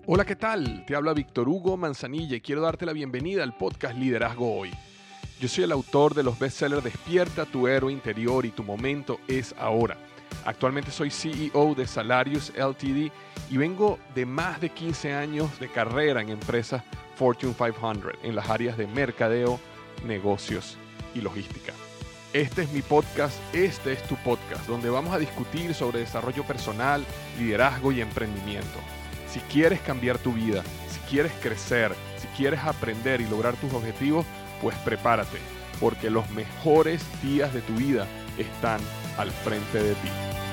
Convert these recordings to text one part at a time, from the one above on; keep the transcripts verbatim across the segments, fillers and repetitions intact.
Hola, ¿qué tal? Te habla Víctor Hugo Manzanilla y quiero darte la bienvenida al podcast Liderazgo Hoy. Yo soy el autor de los bestsellers Despierta tu héroe interior y Tu momento es ahora. Actualmente soy C E O de Salarius Limited y vengo de más de quince años de carrera en empresas Fortune quinientos en las áreas de mercadeo, negocios y logística. Este es mi podcast, este es tu podcast, donde vamos a discutir sobre desarrollo personal, liderazgo y emprendimiento. Si quieres cambiar tu vida, si quieres crecer, si quieres aprender y lograr tus objetivos, pues prepárate, porque los mejores días de tu vida están al frente de ti.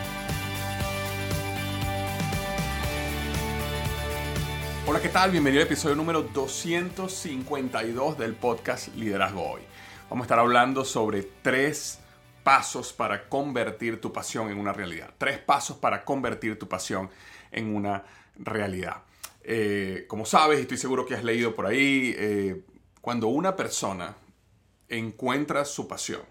Hola, ¿qué tal? Bienvenido al episodio número doscientos cincuenta y dos del podcast Liderazgo Hoy. Vamos a estar hablando sobre tres pasos para convertir tu pasión en una realidad. Tres pasos para convertir tu pasión en una realidad. Eh, como sabes, y estoy seguro que has leído por ahí, eh, cuando una persona encuentra su pasión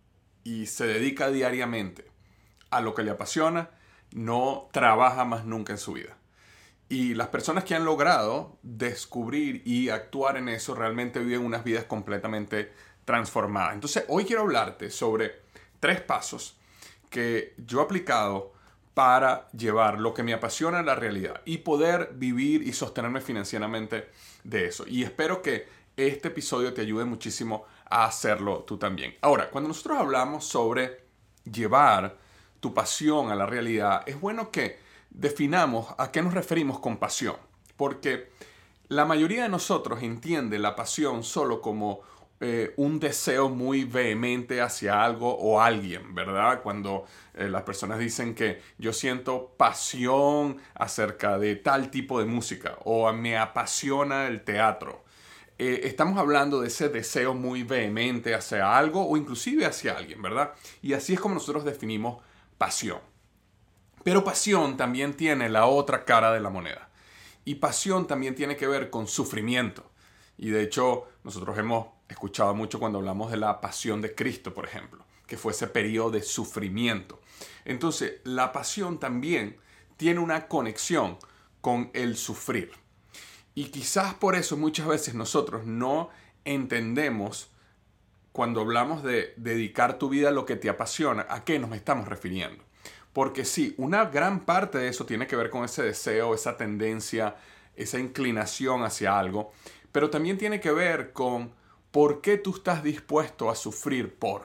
y se dedica diariamente a lo que le apasiona, no trabaja más nunca en su vida. Y las personas que han logrado descubrir y actuar en eso realmente viven unas vidas completamente transformadas. Entonces, hoy quiero hablarte sobre tres pasos que yo he aplicado para llevar lo que me apasiona a la realidad y poder vivir y sostenerme financieramente de eso. Y espero que este episodio te ayude muchísimo a hacerlo tú también. Ahora, cuando nosotros hablamos sobre llevar tu pasión a la realidad, es bueno que definamos a qué nos referimos con pasión. Porque la mayoría de nosotros entiende la pasión solo como Eh, un deseo muy vehemente hacia algo o alguien, ¿verdad? Cuando eh, las personas dicen que yo siento pasión acerca de tal tipo de música o me apasiona el teatro. Eh, estamos hablando de ese deseo muy vehemente hacia algo o inclusive hacia alguien, ¿verdad? Y así es como nosotros definimos pasión. Pero pasión también tiene la otra cara de la moneda. Y pasión también tiene que ver con sufrimiento. Y de hecho, nosotros hemos escuchado mucho cuando hablamos de la pasión de Cristo, por ejemplo, que fue ese periodo de sufrimiento. Entonces, la pasión también tiene una conexión con el sufrir. Y quizás por eso muchas veces nosotros no entendemos cuando hablamos de dedicar tu vida a lo que te apasiona, a qué nos estamos refiriendo. Porque sí, una gran parte de eso tiene que ver con ese deseo, esa tendencia, esa inclinación hacia algo, pero también tiene que ver con por qué tú estás dispuesto a sufrir por.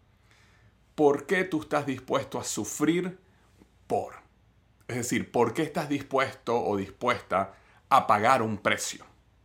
¿Por qué tú estás dispuesto a sufrir por? Es decir, ¿por qué estás dispuesto o dispuesta a pagar un precio?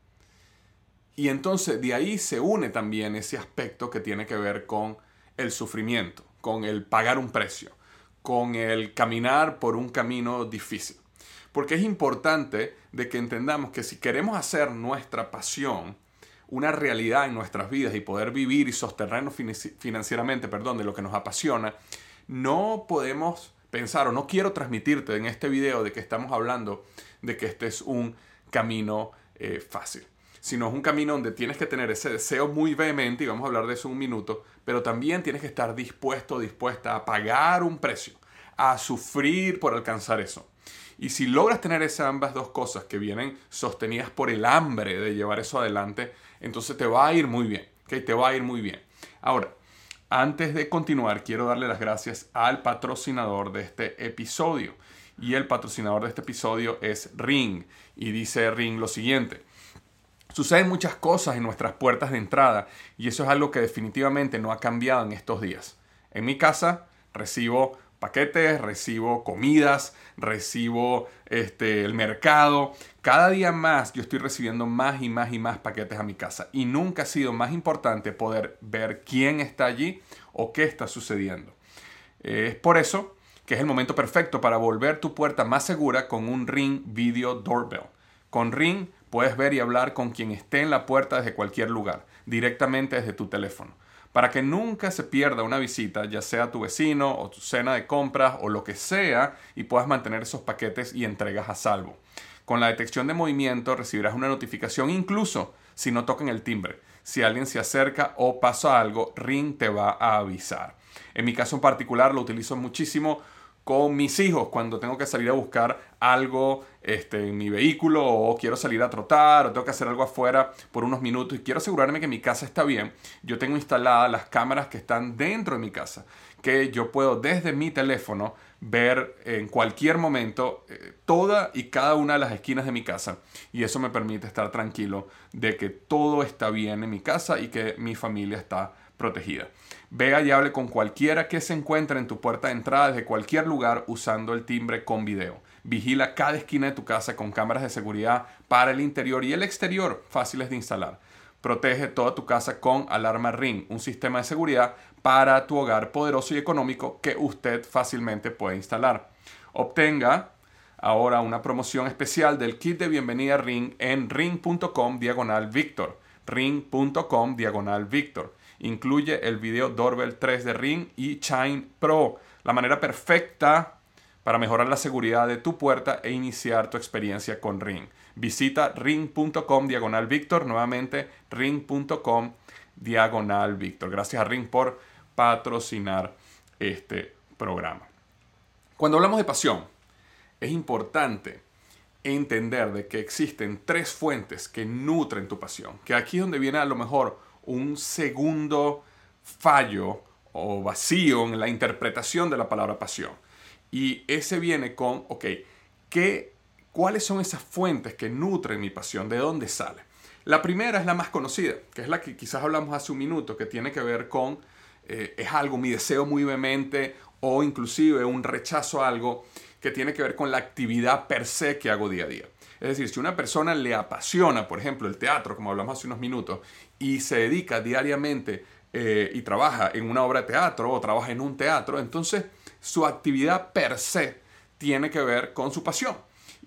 Y entonces de ahí se une también ese aspecto que tiene que ver con el sufrimiento, con el pagar un precio, con el caminar por un camino difícil. Porque es importante de que entendamos que si queremos hacer nuestra pasión una realidad en nuestras vidas y poder vivir y sostenernos financieramente, perdón, de lo que nos apasiona, no podemos pensar o no quiero transmitirte en este video de que estamos hablando de que este es un camino eh, fácil, sino es un camino donde tienes que tener ese deseo muy vehemente, y vamos a hablar de eso en un minuto, pero también tienes que estar dispuesto o dispuesta a pagar un precio, a sufrir por alcanzar eso. Y si logras tener esas ambas dos cosas que vienen sostenidas por el hambre de llevar eso adelante, entonces te va a ir muy bien, ¿okay? Te va a ir muy bien. Ahora, antes de continuar, quiero darle las gracias al patrocinador de este episodio. Y el patrocinador de este episodio es Ring. Y dice Ring lo siguiente: suceden muchas cosas en nuestras puertas de entrada y eso es algo que definitivamente no ha cambiado en estos días. En mi casa recibo paquetes, recibo comidas, recibo este, el mercado. Cada día más yo estoy recibiendo más y más y más paquetes a mi casa. Y nunca ha sido más importante poder ver quién está allí o qué está sucediendo. Es por eso que es el momento perfecto para volver tu puerta más segura con un Ring Video Doorbell. Con Ring puedes ver y hablar con quien esté en la puerta desde cualquier lugar, directamente desde tu teléfono. Para que nunca se pierda una visita, ya sea tu vecino o tu cena de compras o lo que sea, y puedas mantener esos paquetes y entregas a salvo. Con la detección de movimiento recibirás una notificación incluso si no tocan el timbre. Si alguien se acerca o pasa algo, Ring te va a avisar. En mi caso en particular lo utilizo muchísimo con mis hijos cuando tengo que salir a buscar algo este, en mi vehículo, o quiero salir a trotar, o tengo que hacer algo afuera por unos minutos y quiero asegurarme que mi casa está bien. Yo tengo instaladas las cámaras que están dentro de mi casa, que yo puedo desde mi teléfono ver en cualquier momento eh, toda y cada una de las esquinas de mi casa, y eso me permite estar tranquilo de que todo está bien en mi casa y que mi familia está protegida. Vea y hable con cualquiera que se encuentre en tu puerta de entrada desde cualquier lugar usando el timbre con video. Vigila cada esquina de tu casa con cámaras de seguridad para el interior y el exterior fáciles de instalar. Protege toda tu casa con Alarma Ring, un sistema de seguridad para tu hogar poderoso y económico que usted fácilmente puede instalar. Obtenga ahora una promoción especial del kit de bienvenida Ring en ring.com diagonal Victor. ring.com diagonal Victor. Incluye el video Doorbell tres de Ring y Chime Pro, la manera perfecta para mejorar la seguridad de tu puerta e iniciar tu experiencia con Ring. Visita ring.com diagonal Victor, nuevamente ring.com diagonal Victor. Gracias a Ring por patrocinar este programa. Cuando hablamos de pasión, es importante entender de que existen tres fuentes que nutren tu pasión, que aquí es donde viene a lo mejor un segundo fallo o vacío en la interpretación de la palabra pasión. Y ese viene con, ok, ¿qué, ¿cuáles son esas fuentes que nutren mi pasión? ¿De dónde sale? La primera es la más conocida, que es la que quizás hablamos hace un minuto, que tiene que ver con, eh, es algo, mi deseo muy vehemente, o inclusive un rechazo a algo que tiene que ver con la actividad per se que hago día a día. Es decir, si una persona le apasiona, por ejemplo, el teatro, como hablamos hace unos minutos, y se dedica diariamente eh, y trabaja en una obra de teatro o trabaja en un teatro, entonces su actividad per se tiene que ver con su pasión.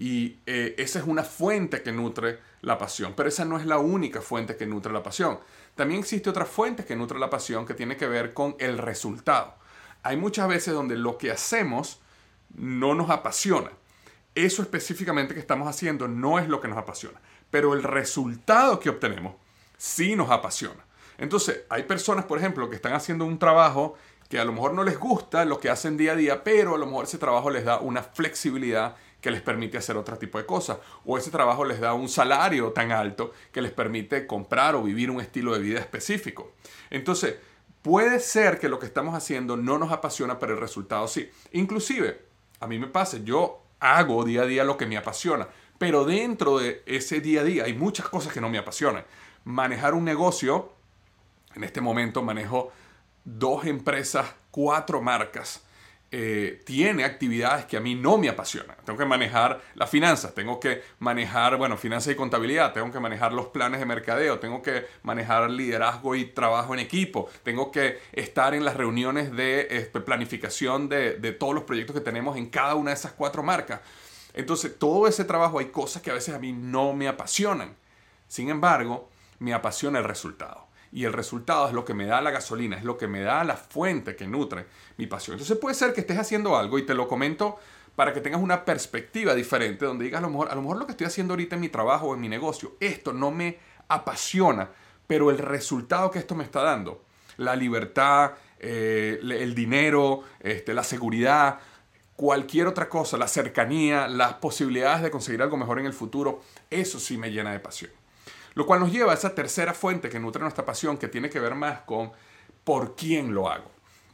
Y eh, esa es una fuente que nutre la pasión. Pero esa no es la única fuente que nutre la pasión. También existe otra fuente que nutre la pasión que tiene que ver con el resultado. Hay muchas veces donde lo que hacemos no nos apasiona. Eso específicamente que estamos haciendo no es lo que nos apasiona. Pero el resultado que obtenemos sí nos apasiona. Entonces, hay personas, por ejemplo, que están haciendo un trabajo que a lo mejor no les gusta lo que hacen día a día, pero a lo mejor ese trabajo les da una flexibilidad que les permite hacer otro tipo de cosas. O ese trabajo les da un salario tan alto que les permite comprar o vivir un estilo de vida específico. Entonces, puede ser que lo que estamos haciendo no nos apasiona, pero el resultado sí. Inclusive, a mí me pasa, yo hago día a día lo que me apasiona, pero dentro de ese día a día hay muchas cosas que no me apasionan. Manejar un negocio, en este momento manejo dos empresas, cuatro marcas, eh, tiene actividades que a mí no me apasionan. Tengo que manejar las finanzas, tengo que manejar, bueno, finanzas y contabilidad, tengo que manejar los planes de mercadeo, tengo que manejar liderazgo y trabajo en equipo, tengo que estar en las reuniones de eh, planificación de, de todos los proyectos que tenemos en cada una de esas cuatro marcas. Entonces, todo ese trabajo hay cosas que a veces a mí no me apasionan. Sin embargo, me apasiona el resultado. Y el resultado es lo que me da la gasolina, es lo que me da la fuente que nutre mi pasión. Entonces puede ser que estés haciendo algo y te lo comento para que tengas una perspectiva diferente, donde digas a lo mejor, a lo mejor lo que estoy haciendo ahorita en mi trabajo o en mi negocio, esto no me apasiona, pero el resultado que esto me está dando, la libertad, eh, el dinero, este, la seguridad, cualquier otra cosa, la cercanía, las posibilidades de conseguir algo mejor en el futuro, eso sí me llena de pasión. Lo cual nos lleva a esa tercera fuente que nutre nuestra pasión, que tiene que ver más con por quién lo hago.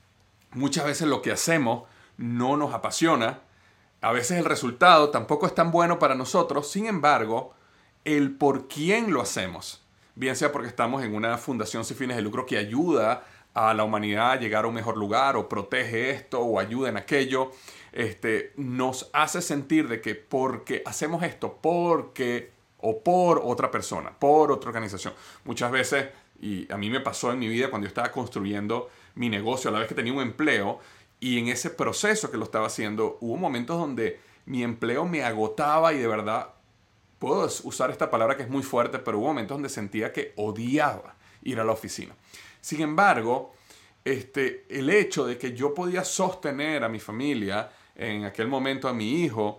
Muchas veces lo que hacemos no nos apasiona. A veces el resultado tampoco es tan bueno para nosotros. Sin embargo, el por quién lo hacemos, bien sea porque estamos en una fundación sin fines de lucro que ayuda a la humanidad a llegar a un mejor lugar, o protege esto, o ayuda en aquello, este, nos hace sentir de que porque hacemos esto, porque... o por otra persona, por otra organización. Muchas veces, y a mí me pasó en mi vida cuando yo estaba construyendo mi negocio, a la vez que tenía un empleo, y en ese proceso que lo estaba haciendo, hubo momentos donde mi empleo me agotaba y de verdad, puedo usar esta palabra que es muy fuerte, pero hubo momentos donde sentía que odiaba ir a la oficina. Sin embargo, este, el hecho de que yo podía sostener a mi familia, en aquel momento a mi hijo,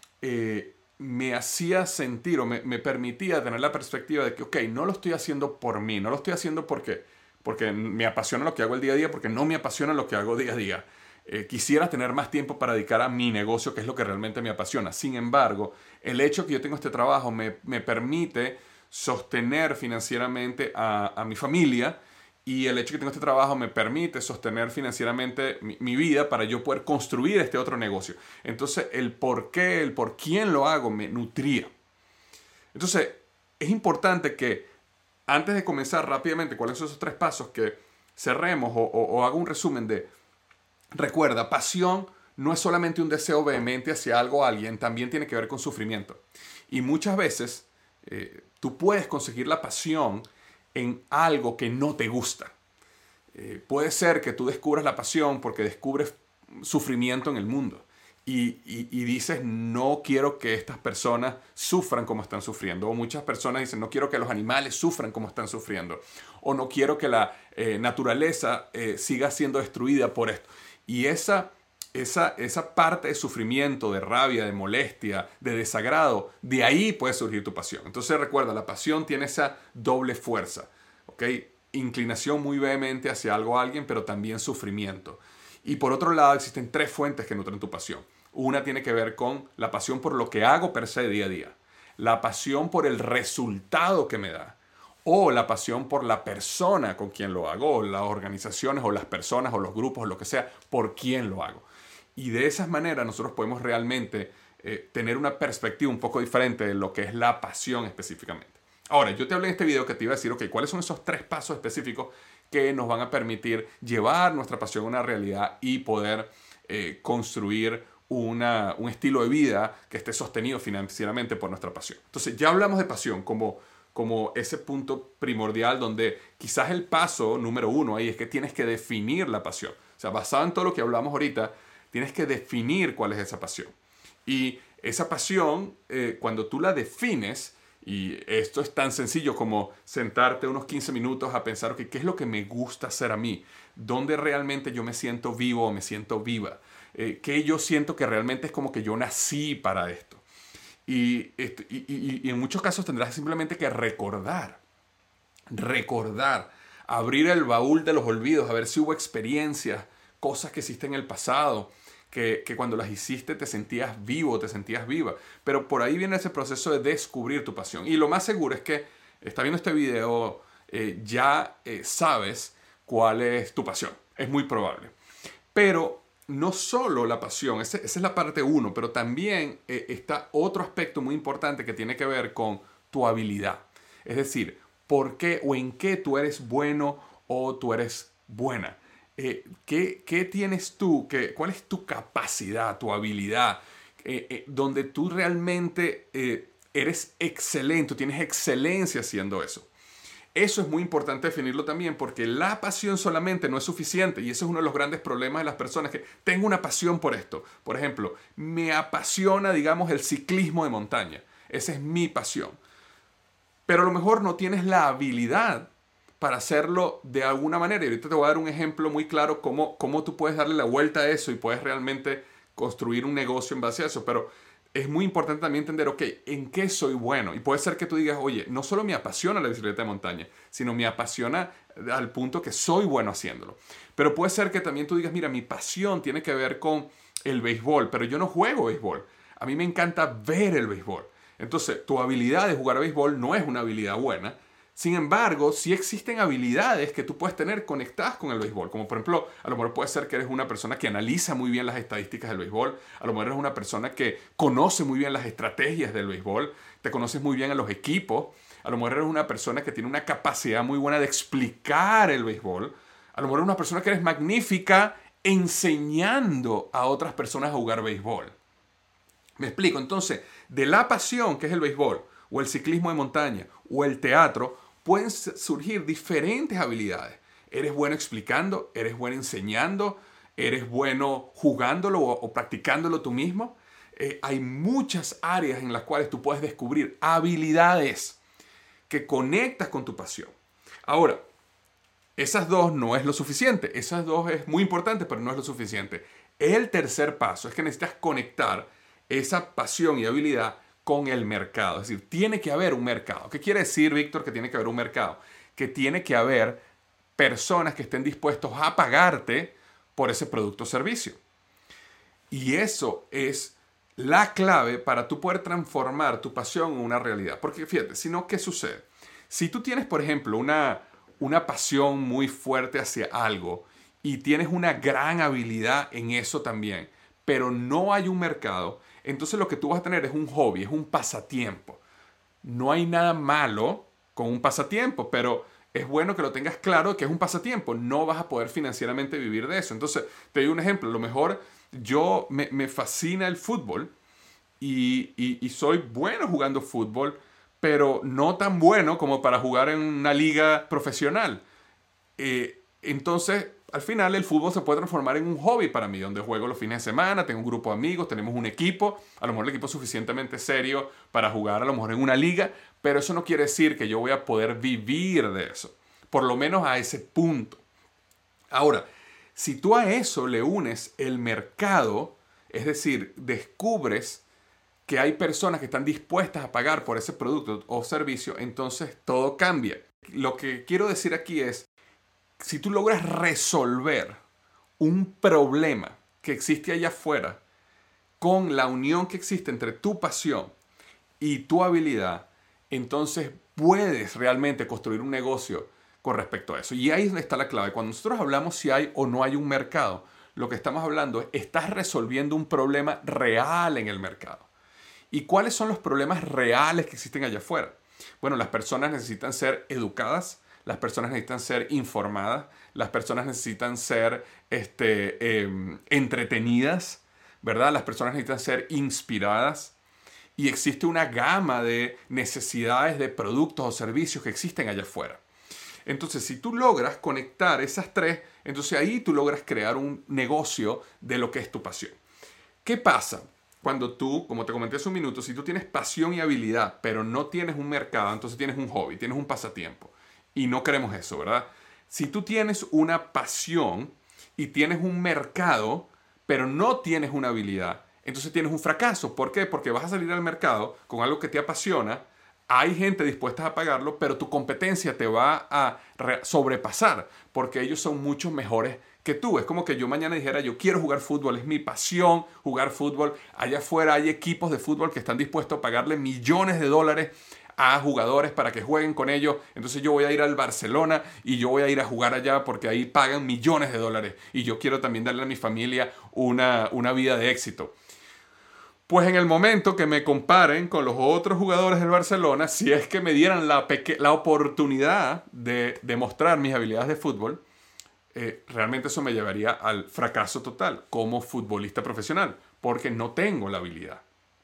eh, me hacía sentir o me, me permitía tener la perspectiva de que, ok, no lo estoy haciendo por mí, no lo estoy haciendo porque, porque me apasiona lo que hago el día a día, porque no me apasiona lo que hago día a día. Eh, quisiera tener más tiempo para dedicar a mi negocio, que es lo que realmente me apasiona. Sin embargo, el hecho que yo tengo este trabajo me, me permite sostener financieramente a, a mi familia, y el hecho que tengo este trabajo me permite sostener financieramente mi, mi vida para yo poder construir este otro negocio. Entonces, el por qué, el por quién lo hago me nutría. Entonces, es importante que antes de comenzar rápidamente cuáles son esos tres pasos, que cerremos o, o, o haga un resumen de, recuerda, pasión no es solamente un deseo vehemente hacia algo o alguien, también tiene que ver con sufrimiento. Y muchas veces eh, tú puedes conseguir la pasión en algo que no te gusta. Eh, puede ser que tú descubras la pasión porque descubres sufrimiento en el mundo. Y, y, y dices, no quiero que estas personas sufran como están sufriendo. O muchas personas dicen, no quiero que los animales sufran como están sufriendo. O no quiero que la eh, naturaleza eh, siga siendo destruida por esto. Y esa, esa, esa parte de sufrimiento, de rabia, de molestia, de desagrado, de ahí puede surgir tu pasión. Entonces recuerda, la pasión tiene esa doble fuerza, ¿ok? Inclinación muy vehemente hacia algo o alguien, pero también sufrimiento. Y por otro lado, existen tres fuentes que nutren tu pasión. Una tiene que ver con la pasión por lo que hago per se día a día, la pasión por el resultado que me da, o la pasión por la persona con quien lo hago, o las organizaciones, o las personas, o los grupos, o lo que sea, por quien lo hago. Y de esas maneras nosotros podemos realmente eh, tener una perspectiva un poco diferente de lo que es la pasión específicamente. Ahora, yo te hablé en este video que te iba a decir, ok, ¿cuáles son esos tres pasos específicos que nos van a permitir llevar nuestra pasión a una realidad y poder eh, construir una, un estilo de vida que esté sostenido financieramente por nuestra pasión? Entonces, ya hablamos de pasión como, como ese punto primordial donde quizás el paso número uno ahí es que tienes que definir la pasión. O sea, basado en todo lo que hablamos ahorita, tienes que definir cuál es esa pasión. Y esa pasión, eh, cuando tú la defines, y esto es tan sencillo como sentarte unos quince minutos a pensar, okay, ¿qué es lo que me gusta hacer a mí? ¿Dónde realmente yo me siento vivo o me siento viva? Eh, ¿Qué yo siento que realmente es como que yo nací para esto? Y, y, y, y en muchos casos tendrás simplemente que recordar, recordar, abrir el baúl de los olvidos, a ver si hubo experiencias, cosas que hiciste en el pasado, Que, que cuando las hiciste te sentías vivo, te sentías viva. Pero por ahí viene ese proceso de descubrir tu pasión. Y lo más seguro es que, está viendo este video, eh, ya eh, sabes cuál es tu pasión. Es muy probable. Pero no solo la pasión, ese, esa es la parte uno, pero también eh, está otro aspecto muy importante que tiene que ver con tu habilidad. Es decir, por qué o en qué tú eres bueno o tú eres buena. Eh, ¿qué, ¿Qué tienes tú? ¿Qué, ¿Cuál es tu capacidad, tu habilidad? Eh, eh, donde tú realmente eh, eres excelente, tienes excelencia haciendo eso. Eso es muy importante definirlo también, porque la pasión solamente no es suficiente, y ese es uno de los grandes problemas de las personas, que tengo una pasión por esto. Por ejemplo, me apasiona, digamos, el ciclismo de montaña. Esa es mi pasión. Pero a lo mejor no tienes la habilidad para hacerlo de alguna manera. Y ahorita te voy a dar un ejemplo muy claro cómo, cómo tú puedes darle la vuelta a eso y puedes realmente construir un negocio en base a eso. Pero es muy importante también entender, ok, ¿en qué soy bueno? Y puede ser que tú digas, oye, no solo me apasiona la bicicleta de montaña, sino me apasiona al punto que soy bueno haciéndolo. Pero puede ser que también tú digas, mira, mi pasión tiene que ver con el béisbol, pero yo no juego béisbol. A mí me encanta ver el béisbol. Entonces, tu habilidad de jugar a béisbol no es una habilidad buena. Sin embargo, sí existen habilidades que tú puedes tener conectadas con el béisbol. Como por ejemplo, a lo mejor puede ser que eres una persona que analiza muy bien las estadísticas del béisbol. A lo mejor eres una persona que conoce muy bien las estrategias del béisbol. Te conoces muy bien a los equipos. A lo mejor eres una persona que tiene una capacidad muy buena de explicar el béisbol. A lo mejor eres una persona que eres magnífica enseñando a otras personas a jugar béisbol. Me explico. Entonces, de la pasión que es el béisbol, o el ciclismo de montaña, o el teatro, pueden surgir diferentes habilidades. Eres bueno explicando, eres bueno enseñando, eres bueno jugándolo o, o practicándolo tú mismo. Eh, hay muchas áreas en las cuales tú puedes descubrir habilidades que conectas con tu pasión. Ahora, esas dos no es lo suficiente. Esas dos es muy importante, pero no es lo suficiente. El tercer paso es que necesitas conectar esa pasión y habilidad con el mercado. Es decir, tiene que haber un mercado. ¿Qué quiere decir, Víctor, que tiene que haber un mercado? Que tiene que haber personas que estén dispuestos a pagarte por ese producto o servicio. Y eso es la clave para tú poder transformar tu pasión en una realidad. Porque fíjate, si no, ¿qué sucede? Si tú tienes, por ejemplo, una, una pasión muy fuerte hacia algo y tienes una gran habilidad en eso también, pero no hay un mercado, entonces lo que tú vas a tener es un hobby, es un pasatiempo. No hay nada malo con un pasatiempo, pero es bueno que lo tengas claro que es un pasatiempo. No vas a poder financieramente vivir de eso. Entonces, te doy un ejemplo. A lo mejor yo me, me fascina el fútbol y, y, y soy bueno jugando fútbol, pero no tan bueno como para jugar en una liga profesional. Eh, entonces, al final el fútbol se puede transformar en un hobby para mí, donde juego los fines de semana, tengo un grupo de amigos, tenemos un equipo, a lo mejor el equipo es suficientemente serio para jugar a lo mejor en una liga, pero eso no quiere decir que yo voy a poder vivir de eso, por lo menos a ese punto. Ahora, si tú a eso le unes el mercado, es decir, descubres que hay personas que están dispuestas a pagar por ese producto o servicio, entonces todo cambia. Lo que quiero decir aquí es, si tú logras resolver un problema que existe allá afuera con la unión que existe entre tu pasión y tu habilidad, entonces puedes realmente construir un negocio con respecto a eso. Y ahí está la clave. Cuando nosotros hablamos si hay o no hay un mercado, lo que estamos hablando es, estás resolviendo un problema real en el mercado. ¿Y cuáles son los problemas reales que existen allá afuera? Bueno, las personas necesitan ser educadas, las personas necesitan ser informadas, las personas necesitan ser este, eh, entretenidas, ¿verdad? Las personas necesitan ser inspiradas. Y existe una gama de necesidades de productos o servicios que existen allá afuera. Entonces, si tú logras conectar esas tres, entonces ahí tú logras crear un negocio de lo que es tu pasión. ¿Qué pasa cuando tú, como te comenté hace un minuto, si tú tienes pasión y habilidad, pero no tienes un mercado, entonces tienes un hobby, tienes un pasatiempo? Y no queremos eso, ¿verdad? Si tú tienes una pasión y tienes un mercado, pero no tienes una habilidad, entonces tienes un fracaso. ¿Por qué? Porque vas a salir al mercado con algo que te apasiona, hay gente dispuesta a pagarlo, pero tu competencia te va a sobrepasar porque ellos son mucho mejores que tú. Es como que yo mañana dijera, yo quiero jugar fútbol, es mi pasión jugar fútbol. Allá afuera hay equipos de fútbol que están dispuestos a pagarle millones de dólares a jugadores para que jueguen con ellos. Entonces yo voy a ir al Barcelona y yo voy a ir a jugar allá porque ahí pagan millones de dólares y yo quiero también darle a mi familia una, una vida de éxito. Pues en el momento que me comparen con los otros jugadores del Barcelona, si es que me dieran la, la oportunidad de demostrar mis habilidades de fútbol, eh, realmente eso me llevaría al fracaso total como futbolista profesional, porque no tengo la habilidad.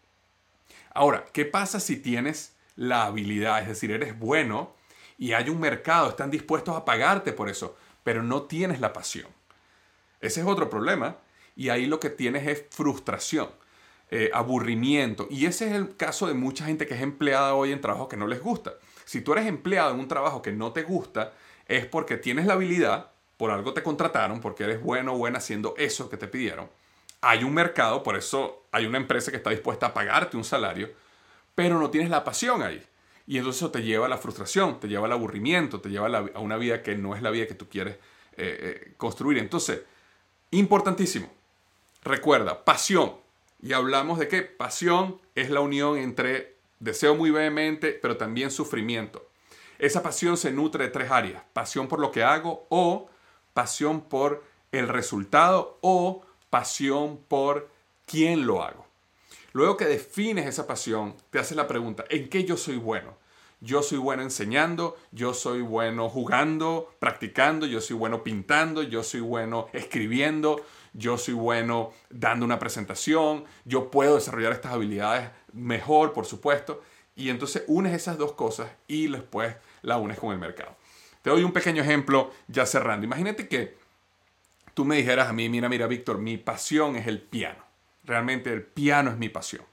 Ahora, ¿qué pasa si tienes la habilidad? Es decir, eres bueno y hay un mercado, están dispuestos a pagarte por eso, pero no tienes la pasión. Ese es otro problema y ahí lo que tienes es frustración. Eh, aburrimiento. Y ese es el caso de mucha gente que es empleada hoy en trabajos que no les gusta. Si tú eres empleado en un trabajo que no te gusta, es porque tienes la habilidad, por algo te contrataron, porque eres bueno o buena haciendo eso que te pidieron. Hay un mercado, por eso hay una empresa que está dispuesta a pagarte un salario, pero no tienes la pasión ahí. Y entonces eso te lleva a la frustración, te lleva al aburrimiento, te lleva a, la, a una vida que no es la vida que tú quieres eh, eh, construir. Entonces, importantísimo. Recuerda, pasión. Y hablamos de que pasión es la unión entre deseo muy vehemente, pero también sufrimiento. Esa pasión se nutre de tres áreas. Pasión por lo que hago, o pasión por el resultado, o pasión por quién lo hago. Luego que defines esa pasión, te haces la pregunta, ¿en qué yo soy bueno? Yo soy bueno enseñando, yo soy bueno jugando, practicando, yo soy bueno pintando, yo soy bueno escribiendo, yo soy bueno dando una presentación, yo puedo desarrollar estas habilidades mejor, por supuesto. Y entonces unes esas dos cosas y después la unes con el mercado. Te doy un pequeño ejemplo ya cerrando. Imagínate que tú me dijeras a mí, mira, mira, Víctor, mi pasión es el piano. Realmente el piano es mi pasión.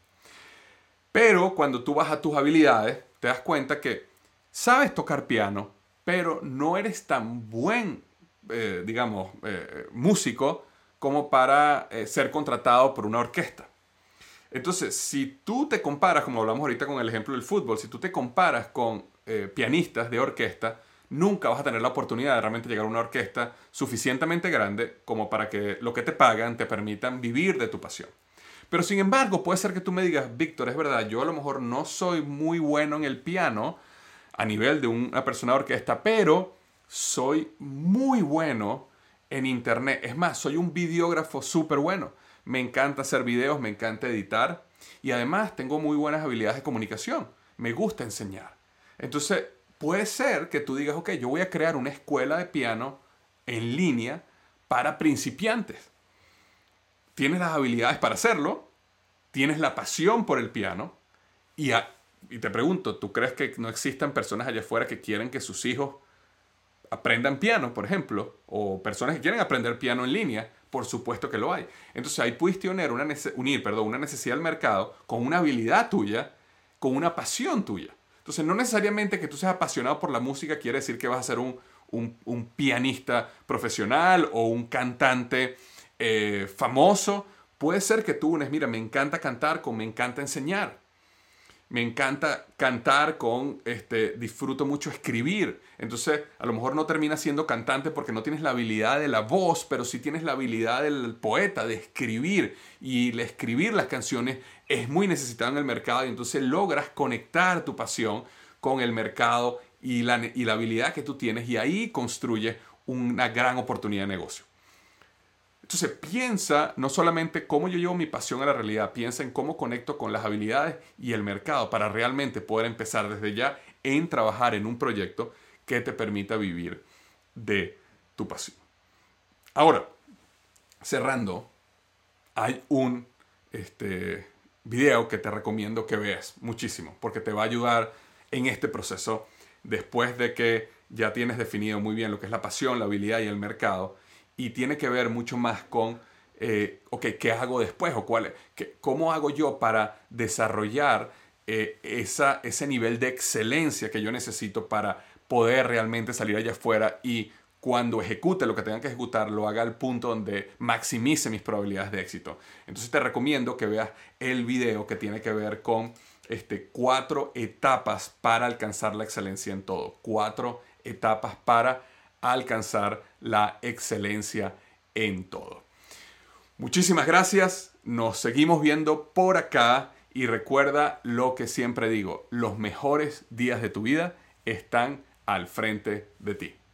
Pero cuando tú vas a tus habilidades, te das cuenta que sabes tocar piano, pero no eres tan buen, eh, digamos, eh, músico como para eh, ser contratado por una orquesta. Entonces, si tú te comparas, como hablamos ahorita con el ejemplo del fútbol, si tú te comparas con eh, pianistas de orquesta, nunca vas a tener la oportunidad de realmente llegar a una orquesta suficientemente grande como para que lo que te pagan te permitan vivir de tu pasión. Pero sin embargo, puede ser que tú me digas, Víctor, es verdad, yo a lo mejor no soy muy bueno en el piano a nivel de una persona de orquesta, pero soy muy bueno en internet. Es más, soy un videógrafo súper bueno. Me encanta hacer videos, me encanta editar y además tengo muy buenas habilidades de comunicación. Me gusta enseñar. Entonces, puede ser que tú digas, ok, yo voy a crear una escuela de piano en línea para principiantes. Tienes las habilidades para hacerlo, tienes la pasión por el piano y, a, y te pregunto, ¿tú crees que no existan personas allá afuera que quieren que sus hijos aprendan piano, por ejemplo? O personas que quieren aprender piano en línea. Por supuesto que lo hay. Entonces ahí pudiste unir una, unir, perdón, una necesidad del mercado con una habilidad tuya, con una pasión tuya. Entonces no necesariamente que tú seas apasionado por la música quiere decir que vas a ser un, un, un pianista profesional o un cantante eh, famoso. Puede ser que tú unes, mira, me encanta cantar con me encanta enseñar. Me encanta cantar con, este, disfruto mucho escribir. Entonces, a lo mejor no terminas siendo cantante porque no tienes la habilidad de la voz, pero sí tienes la habilidad del poeta, de escribir. Y el escribir las canciones es muy necesitado en el mercado y entonces logras conectar tu pasión con el mercado y la, y la habilidad que tú tienes y ahí construyes una gran oportunidad de negocio. Entonces piensa no solamente cómo yo llevo mi pasión a la realidad, piensa en cómo conecto con las habilidades y el mercado para realmente poder empezar desde ya en trabajar en un proyecto que te permita vivir de tu pasión. Ahora, cerrando, hay un este, video que te recomiendo que veas muchísimo porque te va a ayudar en este proceso después de que ya tienes definido muy bien lo que es la pasión, la habilidad y el mercado. Y tiene que ver mucho más con, eh, ok, ¿qué hago después? O cuál, qué, ¿cómo hago yo para desarrollar eh, esa, ese nivel de excelencia que yo necesito para poder realmente salir allá afuera y cuando ejecute lo que tenga que ejecutar, lo haga al punto donde maximice mis probabilidades de éxito? Entonces te recomiendo que veas el video que tiene que ver con este, cuatro etapas para alcanzar la excelencia en todo. Cuatro etapas para alcanzar la excelencia en todo. Muchísimas gracias. Nos seguimos viendo por acá y recuerda lo que siempre digo, los mejores días de tu vida están al frente de ti.